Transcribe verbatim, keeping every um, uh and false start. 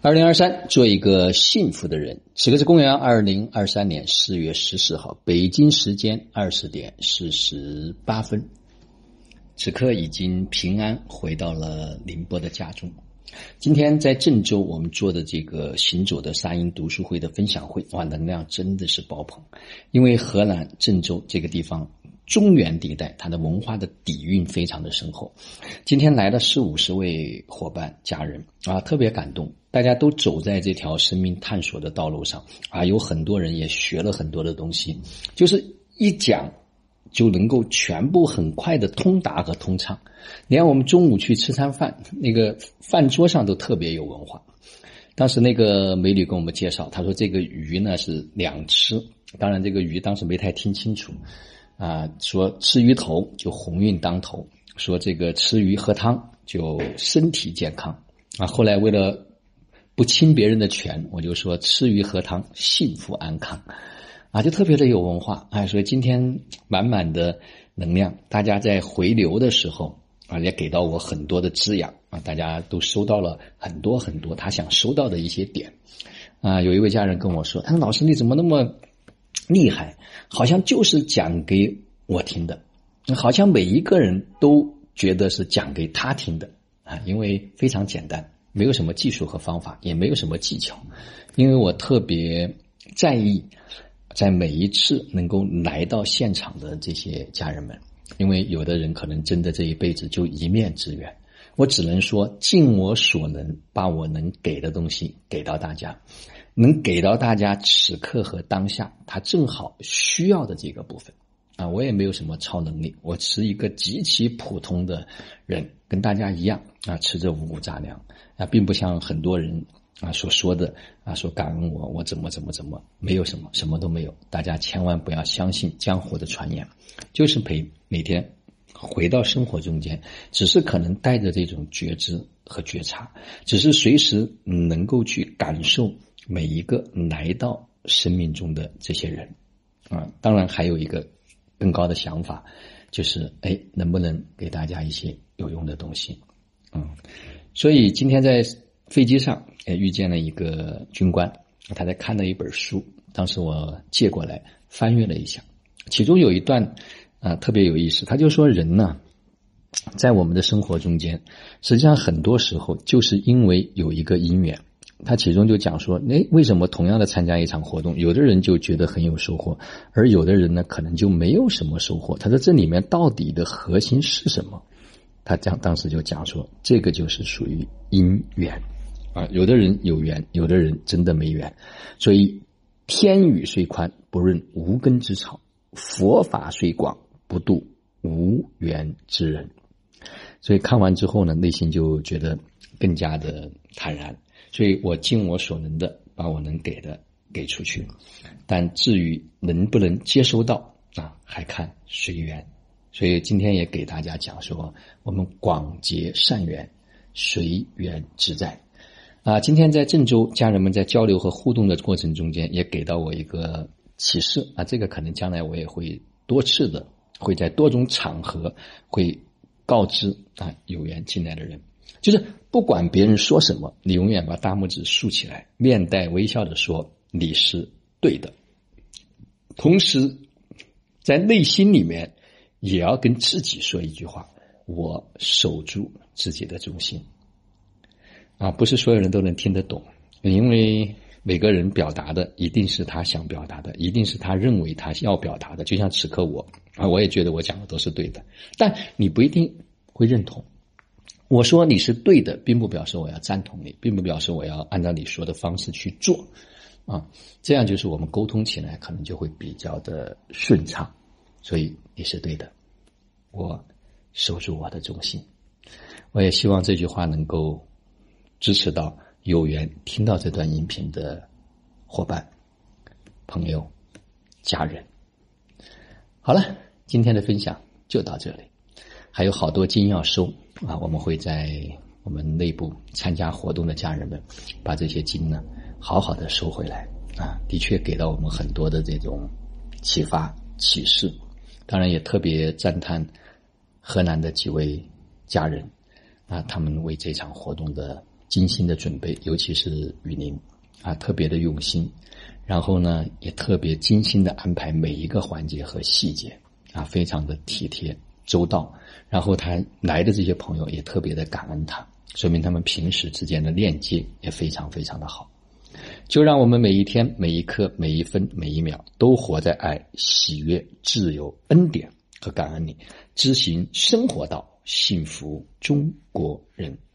二零二三，做一个幸福的人。此刻是公元二零二三年四月十四号，北京时间二十点四十八分。此刻已经平安回到了宁波的家中。今天在郑州我们做的这个行走的沙音读书会的分享会，哇，能量真的是爆棚。因为河南郑州这个地方中原地带，它的文化的底蕴非常的深厚。今天来了四五十位伙伴家人啊，特别感动。大家都走在这条生命探索的道路上啊，有很多人也学了很多的东西，就是一讲就能够全部很快的通达和通畅。你看我们中午去吃餐饭，那个饭桌上都特别有文化。当时那个美女跟我们介绍，她说这个鱼呢是两吃，当然这个鱼当时没太听清楚啊，说吃鱼头就鸿运当头，说这个吃鱼喝汤就身体健康啊。后来为了不侵别人的权，我就说吃鱼喝汤幸福安康啊，就特别的有文化。哎，所以今天满满的能量，大家在回流的时候啊，也给到我很多的滋养啊，大家都收到了很多很多他想收到的一些点啊。有一位家人跟我说，他说老师你怎么那么厉害，好像就是讲给我听的，好像每一个人都觉得是讲给他听的啊，因为非常简单，没有什么技术和方法，也没有什么技巧，因为我特别在意在每一次能够来到现场的这些家人们，因为有的人可能真的这一辈子就一面之缘，我只能说尽我所能把我能给的东西给到大家，能给到大家此刻和当下他正好需要的这个部分啊，我也没有什么超能力，我是一个极其普通的人，跟大家一样啊，吃着五谷杂粮啊，并不像很多人啊所说的啊，说感恩我，我怎么怎么怎么，没有什么，什么都没有。大家千万不要相信江湖的传言，就是陪每天回到生活中间，只是可能带着这种觉知和觉察，只是随时能够去感受每一个来到生命中的这些人啊。当然还有一个更高的想法，就是哎，能不能给大家一些有用的东西。嗯，所以今天在飞机上也遇见了一个军官，他在看了一本书，当时我借过来翻阅了一下，其中有一段啊、呃、特别有意思，他就说人呢在我们的生活中间，实际上很多时候就是因为有一个因缘。他其中就讲说，诶，为什么同样的参加一场活动，有的人就觉得很有收获，而有的人呢可能就没有什么收获。他说这里面到底的核心是什么？他讲当时就讲说，这个就是属于因缘啊，有的人有缘，有的人真的没缘。所以天宇虽宽，不润无根之草；佛法虽广，不度无缘之人。所以看完之后呢，内心就觉得更加的坦然。所以我尽我所能的把我能给的给出去，但至于能不能接收到啊，还看随缘。所以今天也给大家讲说，我们广结善缘，随缘自在啊。今天在郑州，家人们在交流和互动的过程中间，也给到我一个启示啊，这个可能将来我也会多次的，会在多种场合会告知啊有缘进来的人，就是不管别人说什么，你永远把大拇指竖起来，面带微笑的说你是对的，同时在内心里面也要跟自己说一句话，我守住自己的中心啊，不是所有人都能听得懂，因为每个人表达的一定是他想表达的，一定是他认为他要表达的。就像此刻我啊，我也觉得我讲的都是对的，但你不一定会认同。我说你是对的，并不表示我要赞同你，并不表示我要按照你说的方式去做啊，这样就是我们沟通起来可能就会比较的顺畅。所以你是对的，我守住我的中心。我也希望这句话能够支持到有缘听到这段音频的伙伴、朋友、家人。好了，今天的分享就到这里，还有好多金要收啊，我们会在我们内部参加活动的家人们把这些金呢好好的收回来啊，的确给到我们很多的这种启发启示。当然也特别赞叹河南的几位家人啊，他们为这场活动的精心的准备，尤其是雨林啊，特别的用心，然后呢也特别精心的安排每一个环节和细节啊，非常的体贴周到，然后他来的这些朋友也特别的感恩他，说明他们平时之间的链接也非常非常的好。就让我们每一天每一刻每一分每一秒都活在爱、喜悦、自由、恩典和感恩里，知行生活道，幸福中国人。